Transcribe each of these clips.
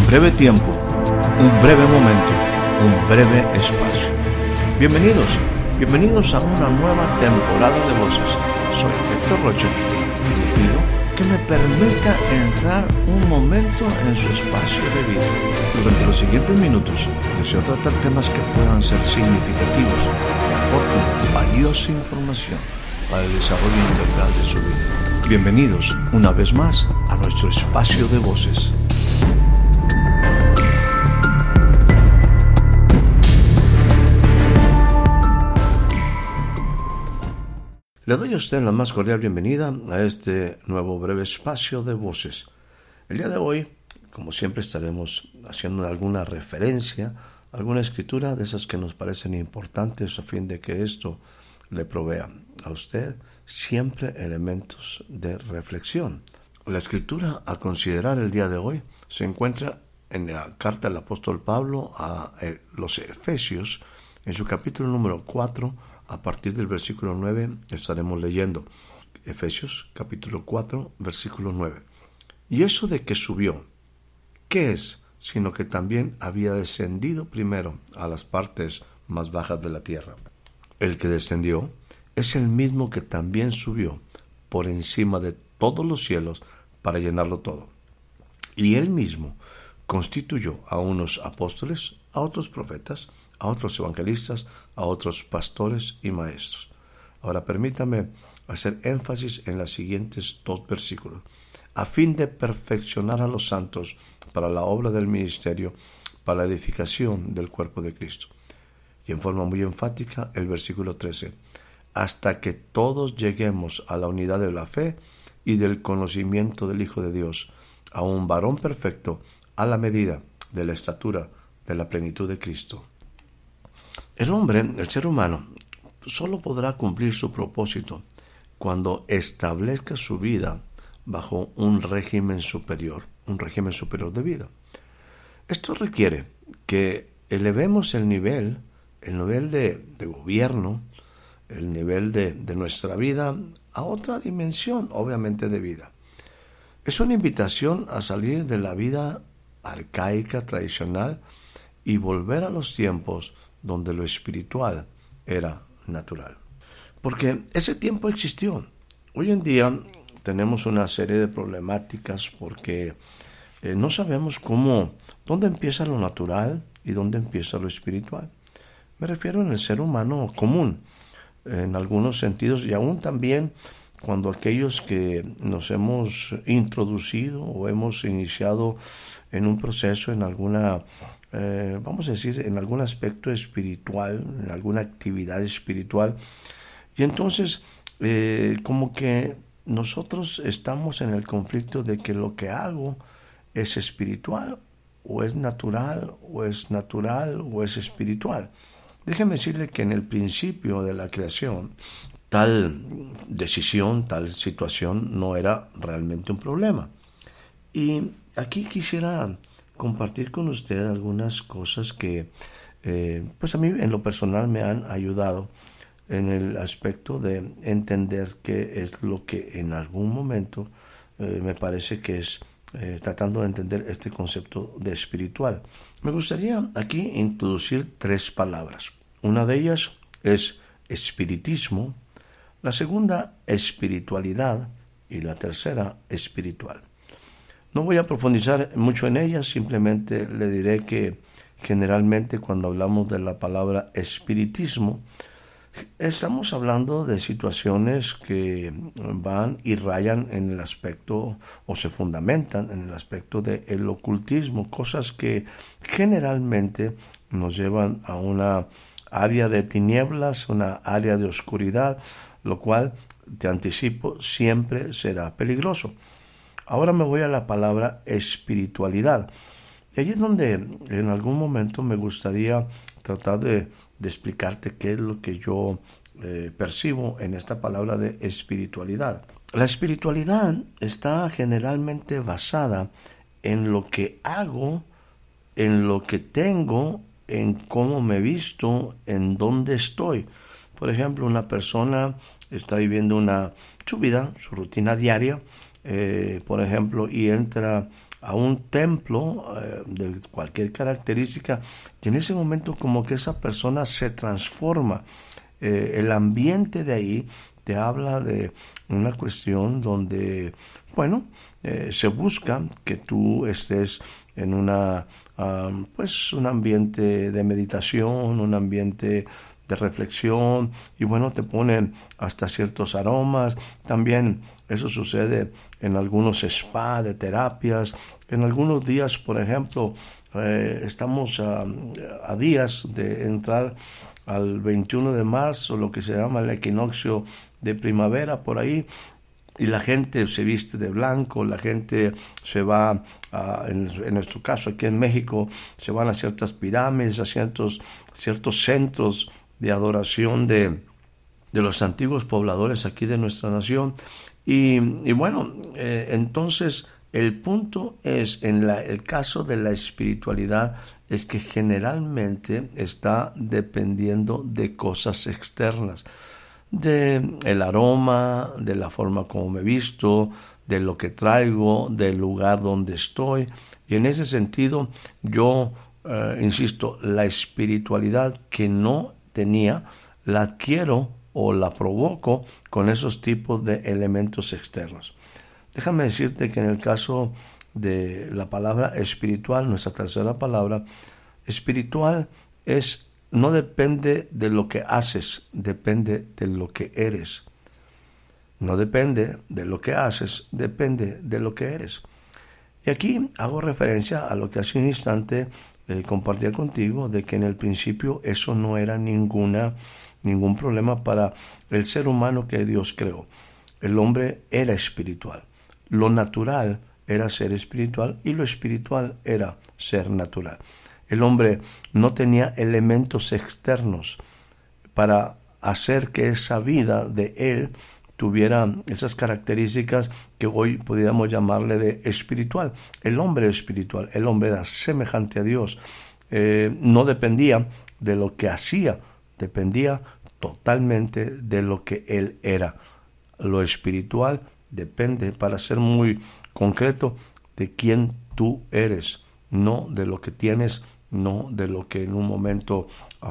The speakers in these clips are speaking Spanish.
breve tiempo, un breve momento, un breve espacio. Bienvenidos a una nueva temporada de Voces. Soy Héctor Rocha y le pido que me permita entrar un momento en su espacio de vida. Durante los siguientes minutos deseo tratar temas que puedan ser significativos y aporten valiosa información para el desarrollo integral de su vida. Bienvenidos una vez más a nuestro espacio de Voces. Le doy a usted la más cordial bienvenida a este nuevo breve espacio de Voces. El día de hoy, como siempre, estaremos haciendo alguna referencia, alguna escritura de esas que nos parecen importantes a fin de que esto le provea a usted siempre elementos de reflexión. La escritura a considerar el día de hoy se encuentra en la carta del apóstol Pablo a los Efesios, en su capítulo número 4, a partir del versículo 9 estaremos leyendo. Efesios capítulo 4, versículo 9. Y eso de que subió, ¿qué es? Sino que también había descendido primero a las partes más bajas de la tierra. El que descendió es el mismo que también subió por encima de todos los cielos para llenarlo todo. Y él mismo constituyó a unos apóstoles, a otros profetas, a otros evangelistas, a otros pastores y maestros. Ahora permítame hacer énfasis en los siguientes dos versículos. A fin de perfeccionar a los santos para la obra del ministerio, para la edificación del cuerpo de Cristo. Y en forma muy enfática el versículo 13. Hasta que todos lleguemos a la unidad de la fe y del conocimiento del Hijo de Dios, a un varón perfecto, a la medida de la estatura de la plenitud de Cristo. El hombre, el ser humano, solo podrá cumplir su propósito cuando establezca su vida bajo un régimen superior de vida. Esto requiere que elevemos el nivel de gobierno, el nivel de nuestra vida a otra dimensión, obviamente de vida. Es una invitación a salir de la vida arcaica, tradicional, y volver a los tiempos donde lo espiritual era natural. Porque ese tiempo existió. Hoy en día tenemos una serie de problemáticas porque no sabemos dónde empieza lo natural y dónde empieza lo espiritual. Me refiero en el ser humano común, en algunos sentidos, y aún también cuando aquellos que nos hemos introducido o hemos iniciado en un proceso, en alguna vamos a decir, en algún aspecto espiritual, en alguna actividad espiritual, y entonces como que nosotros estamos en el conflicto de que lo que hago es espiritual, o es natural, o es espiritual. Déjeme decirle que en el principio de la creación, tal decisión, tal situación no era realmente un problema. Y aquí quisiera compartir con usted algunas cosas que pues a mí en lo personal me han ayudado en el aspecto de entender qué es lo que en algún momento me parece que es tratando de entender este concepto de espiritual. Me gustaría aquí introducir tres palabras. Una de ellas es espiritismo, la segunda espiritualidad y la tercera espiritual. No voy a profundizar mucho en ellas, simplemente le diré que generalmente cuando hablamos de la palabra espiritismo, estamos hablando de situaciones que van y rayan en el aspecto o se fundamentan en el aspecto del ocultismo, cosas que generalmente nos llevan a una área de tinieblas, una área de oscuridad, lo cual, te anticipo, siempre será peligroso. Ahora me voy a la palabra espiritualidad. Y allí es donde en algún momento me gustaría tratar de explicarte qué es lo que yo percibo en esta palabra de espiritualidad. La espiritualidad está generalmente basada en lo que hago, en lo que tengo, en cómo me visto, en dónde estoy. Por ejemplo, una persona está viviendo su vida, su rutina diaria, por ejemplo, y entra a un templo de cualquier característica, y en ese momento como que esa persona se transforma. El ambiente de ahí te habla de una cuestión donde, bueno, se busca que tú estés en pues un ambiente de meditación, un ambiente de reflexión, y bueno, te ponen hasta ciertos aromas. También eso sucede en algunos spa de terapias. En algunos días, por ejemplo, estamos a días de entrar al 21 de marzo, lo que se llama el equinoccio de primavera, por ahí, y la gente se viste de blanco, la gente se va, en nuestro caso aquí en México, se van a ciertas pirámides, a ciertos centros de adoración de los antiguos pobladores aquí de nuestra nación. Y bueno, entonces el punto es, el caso de la espiritualidad, es que generalmente está dependiendo de cosas externas, de el aroma, de la forma como me visto, de lo que traigo, del lugar donde estoy. Y en ese sentido, yo insisto, la espiritualidad que no tenía, la adquiero o la provoco con esos tipos de elementos externos. Déjame decirte que en el caso de la palabra espiritual, nuestra tercera palabra, espiritual no depende de lo que haces, depende de lo que eres. No depende de lo que haces, depende de lo que eres. Y aquí hago referencia a lo que hace un instante compartía contigo, de que en el principio eso no era ningún problema para el ser humano que Dios creó. El hombre era espiritual. Lo natural era ser espiritual y lo espiritual era ser natural. El hombre no tenía elementos externos para hacer que esa vida de él tuviera esas características que hoy podríamos llamarle de espiritual. El hombre espiritual, el hombre era semejante a Dios. No dependía de lo que hacía, dependía totalmente de lo que él era. Lo espiritual depende, para ser muy concreto, de quién tú eres, no de lo que tienes, no de lo que en un momento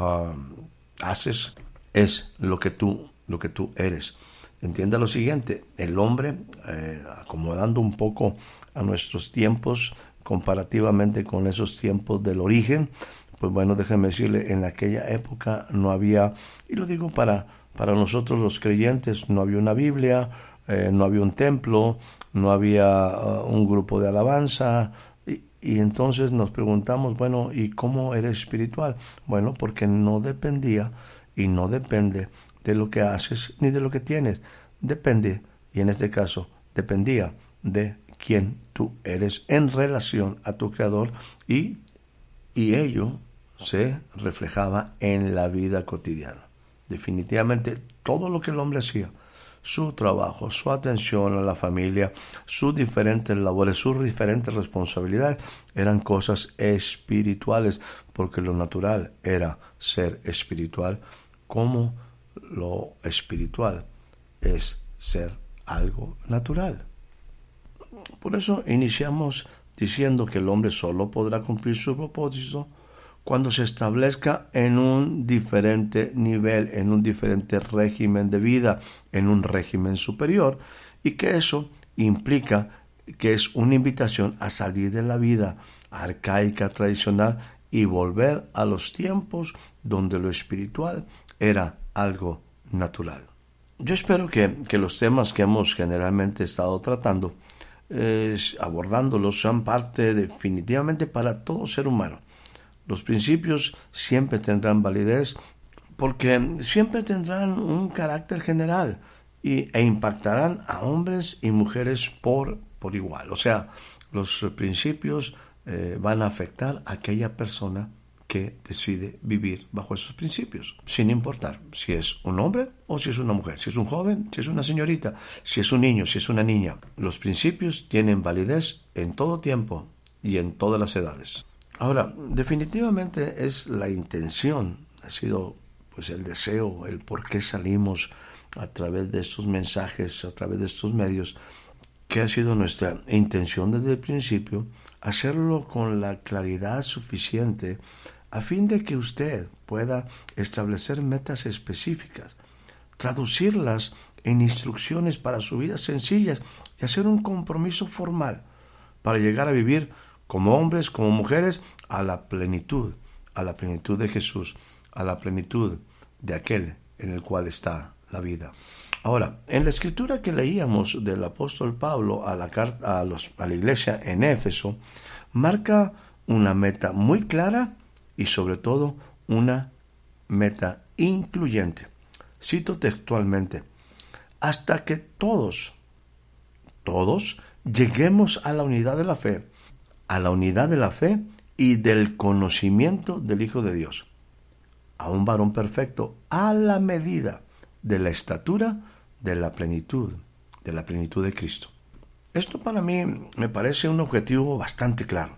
haces, es lo que tú eres. Entienda lo siguiente, el hombre, acomodando un poco a nuestros tiempos comparativamente con esos tiempos del origen, pues bueno, déjeme decirle, en aquella época no había, y lo digo para nosotros los creyentes, no había una Biblia, no había un templo, no había un grupo de alabanza, y entonces nos preguntamos, bueno, ¿y cómo eres espiritual? Bueno, porque no dependía y no depende de lo que haces ni de lo que tienes. Depende, y en este caso dependía de quién tú eres en relación a tu Creador, y ello se reflejaba en la vida cotidiana. Definitivamente todo lo que el hombre hacía, su trabajo, su atención a la familia, sus diferentes labores, sus diferentes responsabilidades, eran cosas espirituales, porque lo natural era ser espiritual, como lo espiritual es ser algo natural. Por eso iniciamos diciendo que el hombre solo podrá cumplir su propósito cuando se establezca en un diferente nivel, en un diferente régimen de vida, en un régimen superior, y que eso implica que es una invitación a salir de la vida arcaica, tradicional, y volver a los tiempos donde lo espiritual era algo natural. Yo espero que los temas que hemos generalmente estado tratando, abordándolos, sean parte definitivamente para todo ser humano. Los principios siempre tendrán validez, porque siempre tendrán un carácter general e impactarán a hombres y mujeres por igual. O sea, los principios van a afectar a aquella persona que decide vivir bajo esos principios, sin importar si es un hombre o si es una mujer, si es un joven, si es una señorita, si es un niño, si es una niña. Los principios tienen validez en todo tiempo y en todas las edades. Ahora, definitivamente es la intención, ha sido pues el deseo, el por qué salimos a través de estos mensajes, a través de estos medios, que ha sido nuestra intención desde el principio, hacerlo con la claridad suficiente a fin de que usted pueda establecer metas específicas, traducirlas en instrucciones para su vida sencillas y hacer un compromiso formal para llegar a vivir como hombres, como mujeres, a la plenitud de Jesús, a la plenitud de aquel en el cual está la vida. Ahora, en la escritura que leíamos del apóstol Pablo a la iglesia en Éfeso, marca una meta muy clara y sobre todo una meta incluyente. Cito textualmente: hasta que todos lleguemos a la unidad de la fe y del conocimiento del Hijo de Dios, a un varón perfecto, a la medida de la estatura de la plenitud de Cristo. Esto para mí me parece un objetivo bastante claro,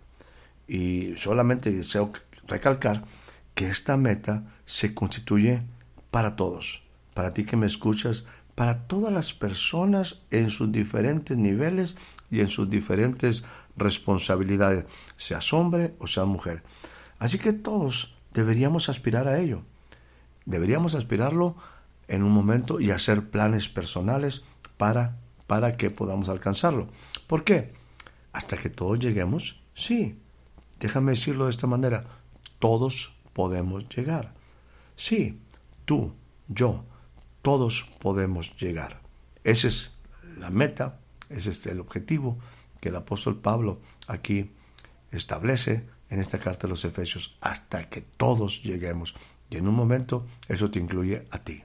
y solamente deseo recalcar que esta meta se constituye para todos, para ti que me escuchas, para todas las personas en sus diferentes niveles y en sus diferentes responsabilidades, seas hombre o seas mujer. Así que todos deberíamos aspirar a ello. Deberíamos aspirarlo en un momento y hacer planes personales para que podamos alcanzarlo. ¿Por qué? Hasta que todos lleguemos. Sí, déjame decirlo de esta manera: todos podemos llegar. Sí, tú, yo, todos podemos llegar. Esa es la meta, ese es el objetivo que el apóstol Pablo aquí establece en esta carta de los Efesios, hasta que todos lleguemos. Y en un momento eso te incluye a ti.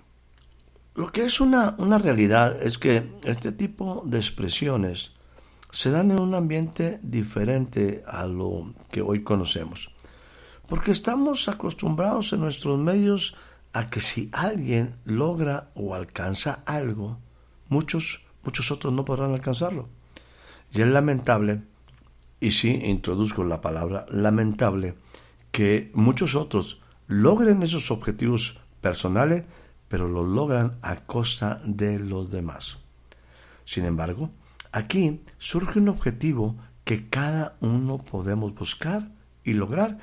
Lo que es una realidad es que este tipo de expresiones se dan en un ambiente diferente a lo que hoy conocemos, porque estamos acostumbrados en nuestros medios a que si alguien logra o alcanza algo, muchos otros no podrán alcanzarlo. Y es lamentable, y sí introduzco la palabra lamentable, que muchos otros logren esos objetivos personales, pero lo logran a costa de los demás. Sin embargo, aquí surge un objetivo que cada uno podemos buscar y lograr,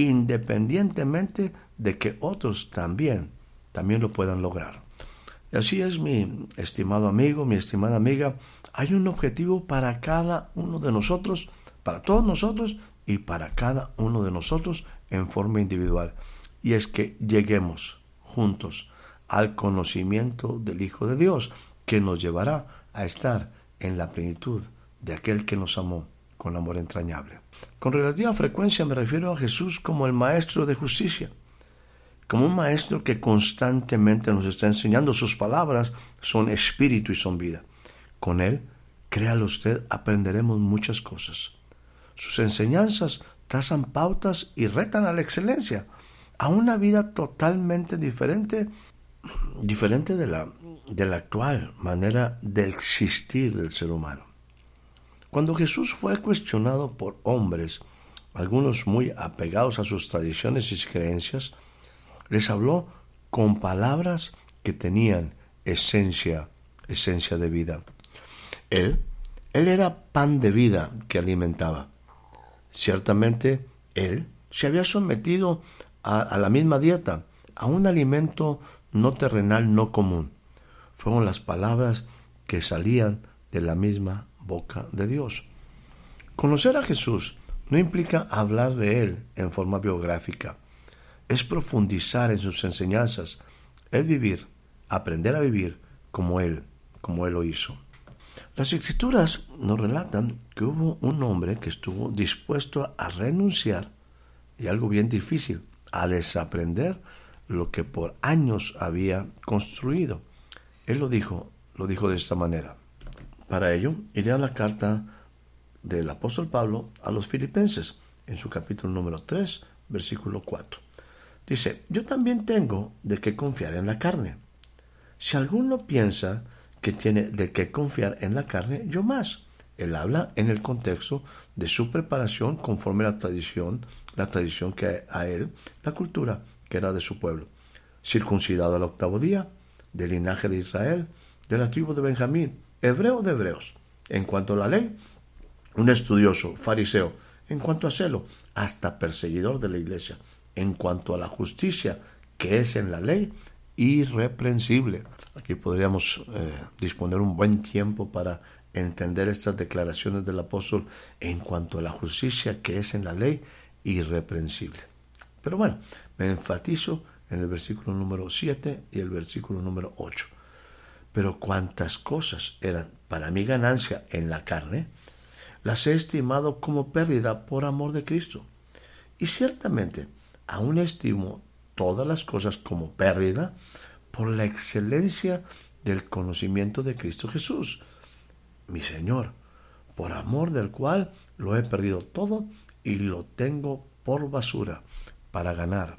independientemente de que otros también lo puedan lograr. Y así es, mi estimado amigo, mi estimada amiga, hay un objetivo para cada uno de nosotros, para todos nosotros y para cada uno de nosotros en forma individual. Y es que lleguemos juntos al conocimiento del Hijo de Dios, que nos llevará a estar en la plenitud de aquel que nos amó con amor entrañable. Con relativa frecuencia me refiero a Jesús como el Maestro de justicia, como un Maestro que constantemente nos está enseñando. Sus palabras son espíritu y son vida. Con Él, créalo usted, aprenderemos muchas cosas. Sus enseñanzas trazan pautas y retan a la excelencia, a una vida totalmente diferente de la actual manera de existir del ser humano. Cuando Jesús fue cuestionado por hombres, algunos muy apegados a sus tradiciones y creencias, les habló con palabras que tenían esencia de vida. Él era pan de vida que alimentaba. Ciertamente, Él se había sometido a la misma dieta, a un alimento no terrenal, no común. Fueron las palabras que salían de la misma boca de Dios. Conocer a Jesús no implica hablar de Él en forma biográfica. Es profundizar en sus enseñanzas, es vivir, aprender a vivir como Él lo hizo. Las Escrituras nos relatan que hubo un hombre que estuvo dispuesto a renunciar, y algo bien difícil, a desaprender lo que por años había construido. Él lo dijo de esta manera. Para ello, iré a la carta del apóstol Pablo a los Filipenses, en su capítulo número 3, versículo 4. Dice: yo también tengo de qué confiar en la carne. Si alguno piensa que tiene de qué confiar en la carne, yo más. Él habla en el contexto de su preparación conforme a la tradición que a él, la cultura que era de su pueblo. Circuncidado al 8º día, del linaje de Israel, de la tribu de Benjamín, hebreo de hebreos. En cuanto a la ley, un estudioso, fariseo, En cuanto a celo, hasta perseguidor de la iglesia. En cuanto a la justicia que es en la ley, irreprensible. Aquí podríamos disponer un buen tiempo para entender estas declaraciones del apóstol en cuanto a la justicia que es en la ley, irreprensible. Pero bueno, me enfatizo en el versículo número 7 y el versículo número 8. Pero cuantas cosas eran para mi ganancia en la carne, las he estimado como pérdida por amor de Cristo. Y ciertamente, aún estimo todas las cosas como pérdida por la excelencia del conocimiento de Cristo Jesús, mi Señor, por amor del cual lo he perdido todo y lo tengo por basura para ganar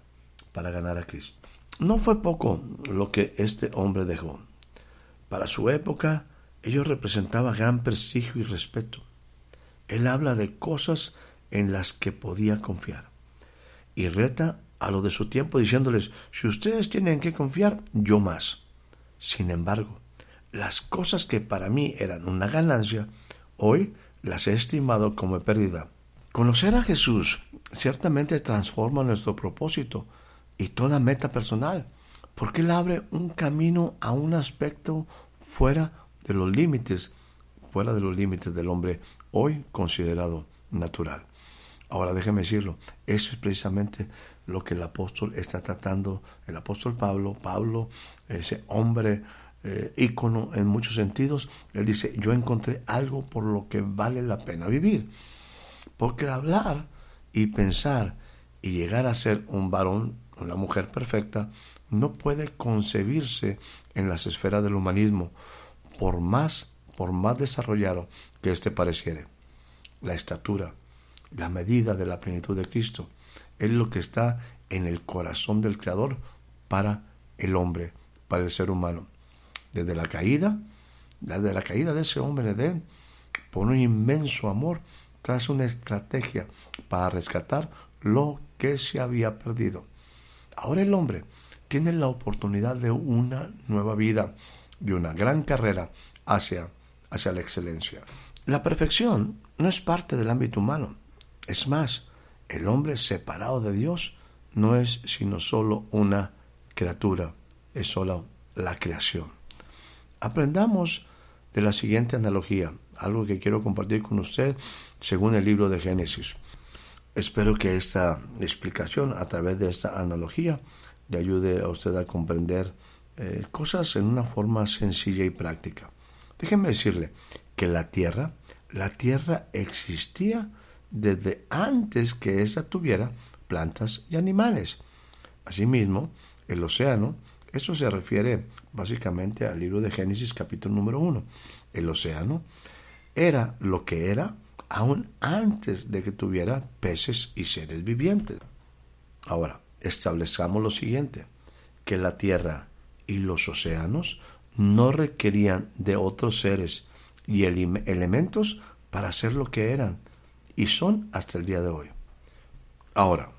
a Cristo. No fue poco lo que este hombre dejó. Para su época, ello representaba gran prestigio y respeto. Él habla de cosas en las que podía confiar y reta a lo de su tiempo diciéndoles: si ustedes tienen que confiar, yo más. Sin embargo, las cosas que para mí eran una ganancia, hoy las he estimado como pérdida. Conocer a Jesús ciertamente transforma nuestro propósito y toda meta personal, porque Él abre un camino a un aspecto fuera de los límites del hombre hoy considerado natural. Ahora déjeme decirlo, eso es precisamente lo que el apóstol está tratando, el apóstol Pablo, ese hombre ícono en muchos sentidos. Él dice: yo encontré algo por lo que vale la pena vivir, porque hablar y pensar y llegar a ser un varón, una mujer perfecta, no puede concebirse en las esferas del humanismo, por más desarrollado que éste pareciere. La estatura, la medida de la plenitud de Cristo, es lo que está en el corazón del Creador para el hombre, para el ser humano. Desde la caída de ese hombre en Edén, por un inmenso amor, traza una estrategia para rescatar lo que se había perdido. Ahora el hombre tiene la oportunidad de una nueva vida, de una gran carrera hacia la excelencia. La perfección no es parte del ámbito humano. Es más, el hombre separado de Dios no es sino solo una criatura, es solo la creación. Aprendamos de la siguiente analogía, algo que quiero compartir con usted según el libro de Génesis. Espero que esta explicación, a través de esta analogía, le ayude a usted a comprender cosas en una forma sencilla y práctica. Déjenme decirle que la tierra existía desde antes que ésta tuviera plantas y animales. Asimismo, el océano, eso se refiere básicamente al libro de Génesis capítulo número 1. El océano era lo que era aún antes de que tuviera peces y seres vivientes. Ahora, establezcamos lo siguiente, que la tierra y los océanos no requerían de otros seres y elementos para ser lo que eran y son hasta el día de hoy. Ahora,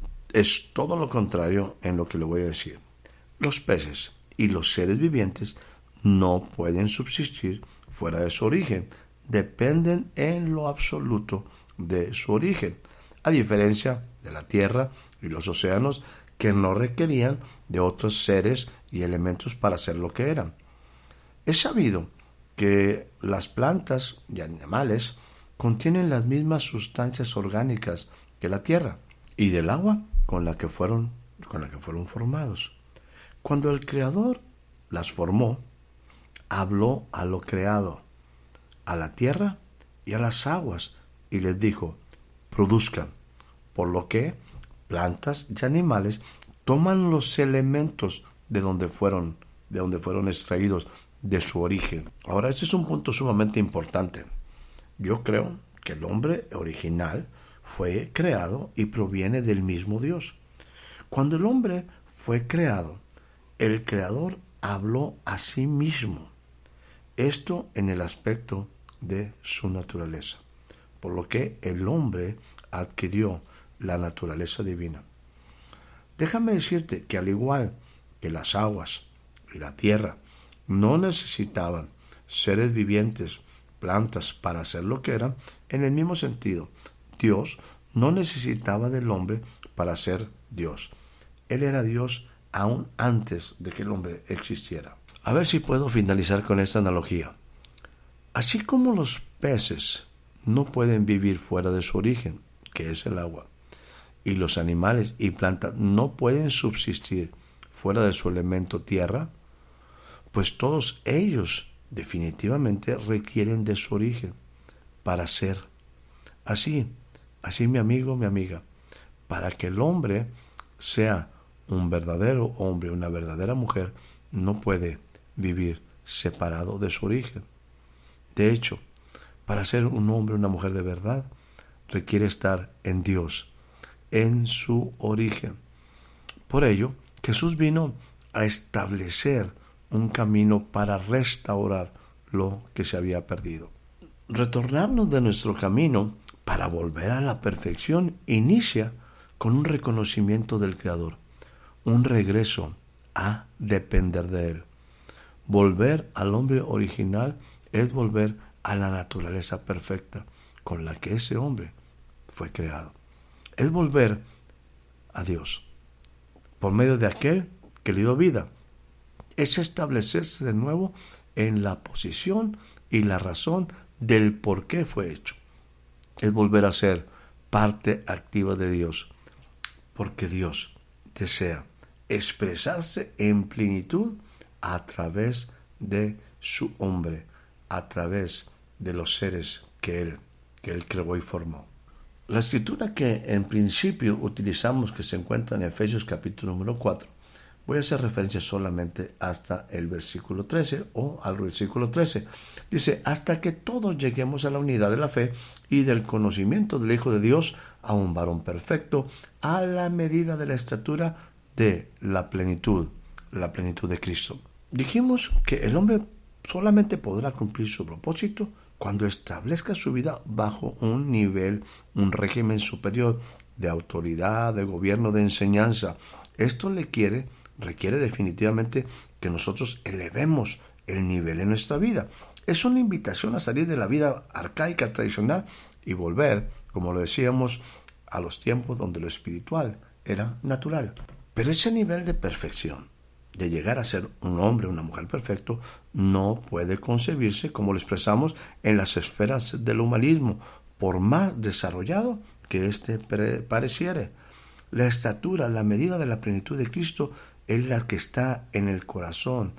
es todo lo contrario en lo que le voy a decir. Los peces y los seres vivientes no pueden subsistir fuera de su origen, dependen en lo absoluto de su origen, a diferencia de la tierra y los océanos, que no requerían de otros seres y elementos para ser lo que eran. Es sabido que las plantas y animales contienen las mismas sustancias orgánicas que la tierra y del agua con la que fueron formados. Cuando el Creador las formó, habló a lo creado, a la tierra y a las aguas, y les dijo: produzcan, por lo que plantas y animales toman los elementos de donde fueron extraídos, de su origen. Ahora, este es un punto sumamente importante. Yo creo que el hombre original fue creado y proviene del mismo Dios. Cuando el hombre fue creado, el Creador habló a sí mismo. Esto en el aspecto de su naturaleza, por lo que el hombre adquirió la naturaleza divina. Déjame decirte que al igual que las aguas y la tierra no necesitaban seres vivientes, plantas, para ser lo que eran, en el mismo sentido, Dios, no necesitaba del hombre para ser Dios. Él era Dios aún antes de que el hombre existiera. A ver si puedo finalizar con esta analogía. Así como los peces no pueden vivir fuera de su origen, que es el agua, y los animales y plantas no pueden subsistir fuera de su elemento tierra, pues todos ellos definitivamente requieren de su origen para ser. Así mi amigo, mi amiga, para que el hombre sea un verdadero hombre, una verdadera mujer, no puede vivir separado de su origen. De hecho, para ser un hombre o una mujer de verdad, requiere estar en Dios, en su origen. Por ello, Jesús vino a establecer un camino para restaurar lo que se había perdido. Retornarnos de nuestro camino para volver a la perfección inicia con un reconocimiento del Creador, un regreso a depender de Él. Volver al hombre original es volver a la naturaleza perfecta con la que ese hombre fue creado. Es volver a Dios por medio de aquel que le dio vida. Es establecerse de nuevo en la posición y la razón del por qué fue hecho. Es volver a ser parte activa de Dios, porque Dios desea expresarse en plenitud a través de su hombre, a través de los seres que Él creó y formó. La escritura que en principio utilizamos, que se encuentra en Efesios capítulo número 4, voy a hacer referencia solamente hasta el versículo 13 o al versículo 13. Dice, hasta que todos lleguemos a la unidad de la fe y del conocimiento del Hijo de Dios, a un varón perfecto, a la medida de la estatura de la plenitud de Cristo. Dijimos que el hombre solamente podrá cumplir su propósito cuando establezca su vida bajo un nivel, un régimen superior de autoridad, de gobierno, de enseñanza. Esto requiere definitivamente que nosotros elevemos el nivel en nuestra vida. Es una invitación a salir de la vida arcaica, tradicional, y volver, como lo decíamos, a los tiempos donde lo espiritual era natural. Pero ese nivel de perfección, de llegar a ser un hombre o una mujer perfecto, no puede concebirse como lo expresamos en las esferas del humanismo, por más desarrollado que éste pareciere. La estatura, la medida de la plenitud de Cristo es la que está en el corazón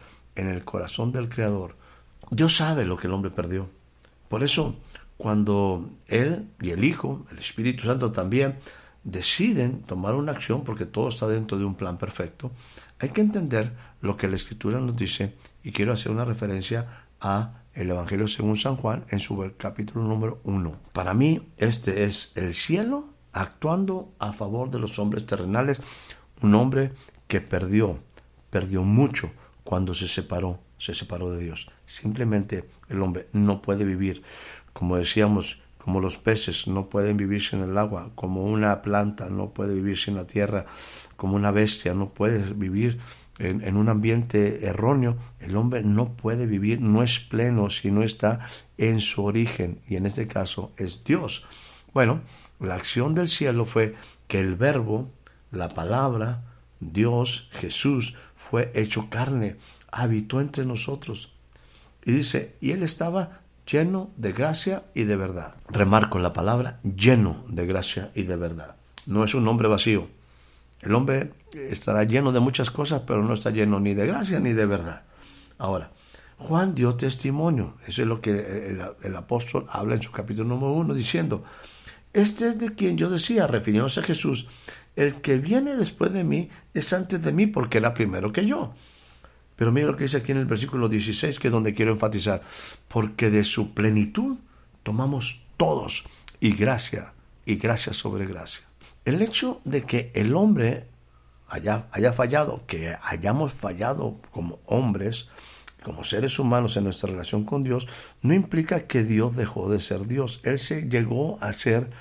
del Creador. Dios sabe lo que el hombre perdió. Por eso, cuando Él y el Hijo, el Espíritu Santo también, deciden tomar una acción, porque todo está dentro de un plan perfecto, hay que entender lo que la Escritura nos dice, y quiero hacer una referencia a el Evangelio según San Juan en su capítulo número 1. Para mí, este es el cielo actuando a favor de los hombres terrenales, un hombre que perdió mucho cuando se separó de Dios. Simplemente el hombre no puede vivir, como decíamos, como los peces no pueden vivir sin el agua, como una planta no puede vivir sin la tierra, como una bestia no puede vivir en un ambiente erróneo. El hombre no puede vivir, no es pleno si no está en su origen, y en este caso es Dios. Bueno, la acción del cielo fue que el verbo, la palabra, Dios, Jesús, fue hecho carne, habitó entre nosotros. Y dice, y Él estaba lleno de gracia y de verdad. Remarco la palabra lleno de gracia y de verdad. No es un hombre vacío. El hombre estará lleno de muchas cosas, pero no está lleno ni de gracia ni de verdad. Ahora, Juan dio testimonio. Eso es lo que el apóstol habla en su capítulo número 1, diciendo, este es de quien yo decía, refiriéndose a Jesús, el que viene después de mí es antes de mí porque era primero que yo. Pero mira lo que dice aquí en el versículo 16, que es donde quiero enfatizar, porque de su plenitud tomamos todos, y gracia sobre gracia. El hecho de que el hombre haya fallado, que hayamos fallado como hombres, como seres humanos en nuestra relación con Dios, no implica que Dios dejó de ser Dios. Él se llegó a ser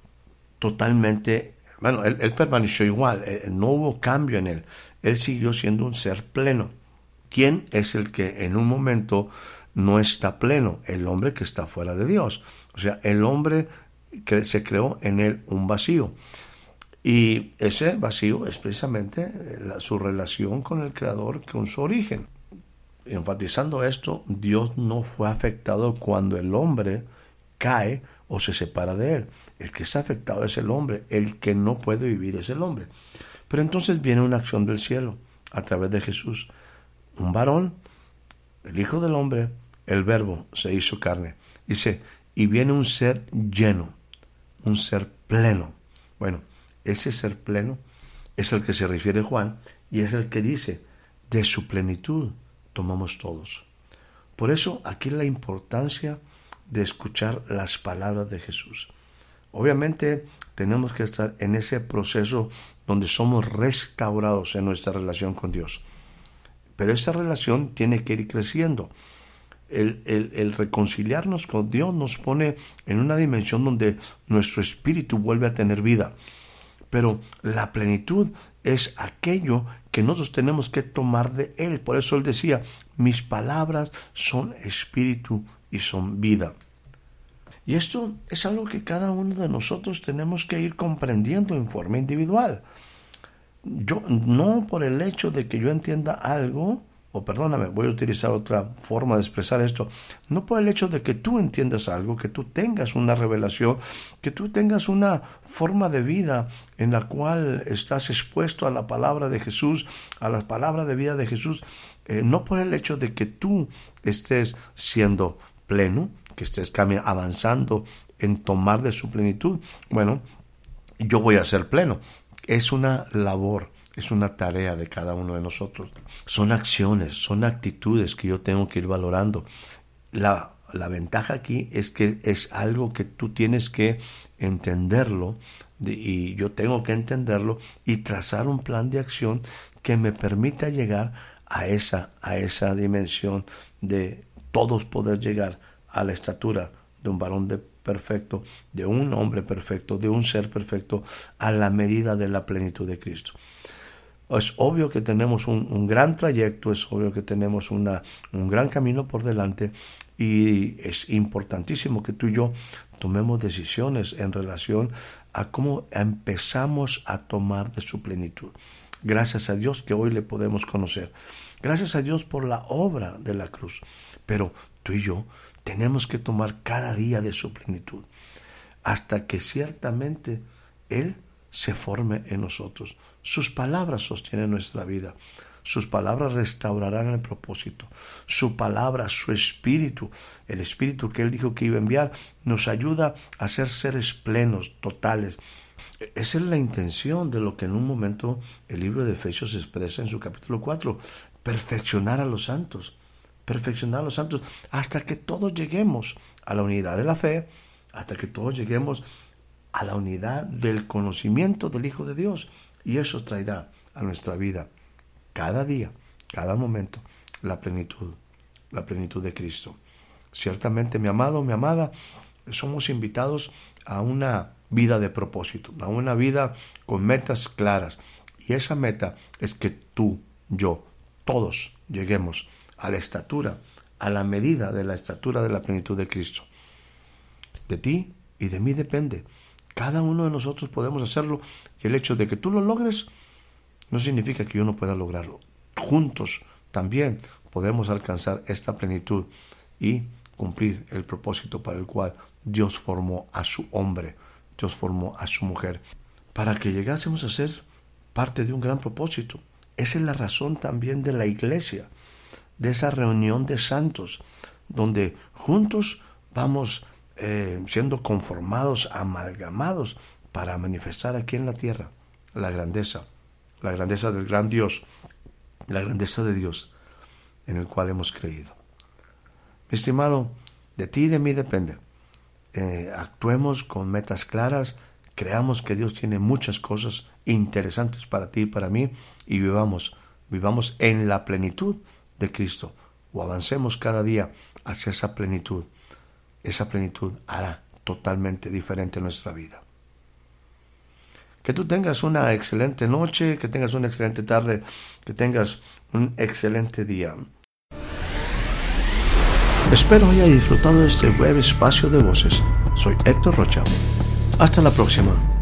totalmente, él permaneció igual, no hubo cambio en él. Él siguió siendo un ser pleno. ¿Quién es el que en un momento no está pleno? El hombre que está fuera de Dios. O sea, el hombre se creó en él un vacío. Y ese vacío es precisamente su relación con el Creador, con su origen. Enfatizando esto, Dios no fue afectado cuando el hombre cae o se separa de él. El que es afectado es el hombre, el que no puede vivir es el hombre. Pero entonces viene una acción del cielo a través de Jesús. Un varón, el Hijo del Hombre, el Verbo se hizo carne. Dice, y viene un ser lleno, un ser pleno. Bueno, ese ser pleno es el que se refiere Juan y es el que dice, de su plenitud tomamos todos. Por eso aquí la importancia de escuchar las palabras de Jesús. Obviamente tenemos que estar en ese proceso donde somos restaurados en nuestra relación con Dios. Pero esa relación tiene que ir creciendo. El reconciliarnos con Dios nos pone en una dimensión donde nuestro espíritu vuelve a tener vida. Pero la plenitud es aquello que nosotros tenemos que tomar de Él. Por eso Él decía, mis palabras son espíritu y son vida. Y esto es algo que cada uno de nosotros tenemos que ir comprendiendo en forma individual. Yo, no por el hecho de que yo entienda algo, o perdóname, voy a utilizar otra forma de expresar esto, no por el hecho de que tú entiendas algo, que tú tengas una revelación, que tú tengas una forma de vida en la cual estás expuesto a la palabra de Jesús, a la palabra de vida de Jesús, no por el hecho de que tú estés siendo pleno, que estés avanzando en tomar de su plenitud, bueno, yo voy a ser pleno. Es una labor, es una tarea de cada uno de nosotros. Son acciones, son actitudes que yo tengo que ir valorando. La ventaja aquí es que es algo que tú tienes que entenderlo y yo tengo que entenderlo y trazar un plan de acción que me permita llegar a esa dimensión de todos poder llegar a la estatura de un varón perfecto, de un hombre perfecto, de un ser perfecto, a la medida de la plenitud de Cristo. Es obvio que tenemos un gran trayecto, es obvio que tenemos un gran camino por delante y es importantísimo que tú y yo tomemos decisiones en relación a cómo empezamos a tomar de su plenitud. Gracias a Dios que hoy le podemos conocer. Gracias a Dios por la obra de la cruz. Pero tú y yo tenemos que tomar cada día de su plenitud hasta que ciertamente Él se forme en nosotros. Sus palabras sostienen nuestra vida. Sus palabras restaurarán el propósito. Su palabra, su espíritu, el espíritu que Él dijo que iba a enviar, nos ayuda a ser seres plenos, totales. Esa es la intención de lo que en un momento el libro de Efesios expresa en su capítulo 4. Perfeccionar a los santos. Perfeccionar a los santos hasta que todos lleguemos a la unidad de la fe, hasta que todos lleguemos a la unidad del conocimiento del Hijo de Dios. Y eso traerá a nuestra vida cada día, cada momento, la plenitud de Cristo. Ciertamente, mi amado, mi amada, somos invitados a una vida de propósito, a una vida con metas claras. Y esa meta es que tú, yo, todos lleguemos a la estatura, a la medida de la estatura de la plenitud de Cristo. De ti y de mí depende. Cada uno de nosotros podemos hacerlo y el hecho de que tú lo logres no significa que yo no pueda lograrlo. Juntos también podemos alcanzar esta plenitud y cumplir el propósito para el cual Dios formó a su hombre, Dios formó a su mujer, para que llegásemos a ser parte de un gran propósito. Esa es la razón también de la iglesia, de esa reunión de santos, donde juntos vamos siendo conformados, amalgamados, para manifestar aquí en la tierra la grandeza del gran Dios, la grandeza de Dios en el cual hemos creído. Mi estimado, de ti y de mí depende. Actuemos con metas claras, creamos que Dios tiene muchas cosas interesantes para ti y para mí, y vivamos en la plenitud de Cristo, o avancemos cada día hacia esa plenitud. Esa plenitud hará totalmente diferente nuestra vida. Que tú tengas una excelente noche, que tengas una excelente tarde, que tengas un excelente día. Espero haya disfrutado de este breve espacio de voces. Soy Héctor Rocha. Hasta la próxima.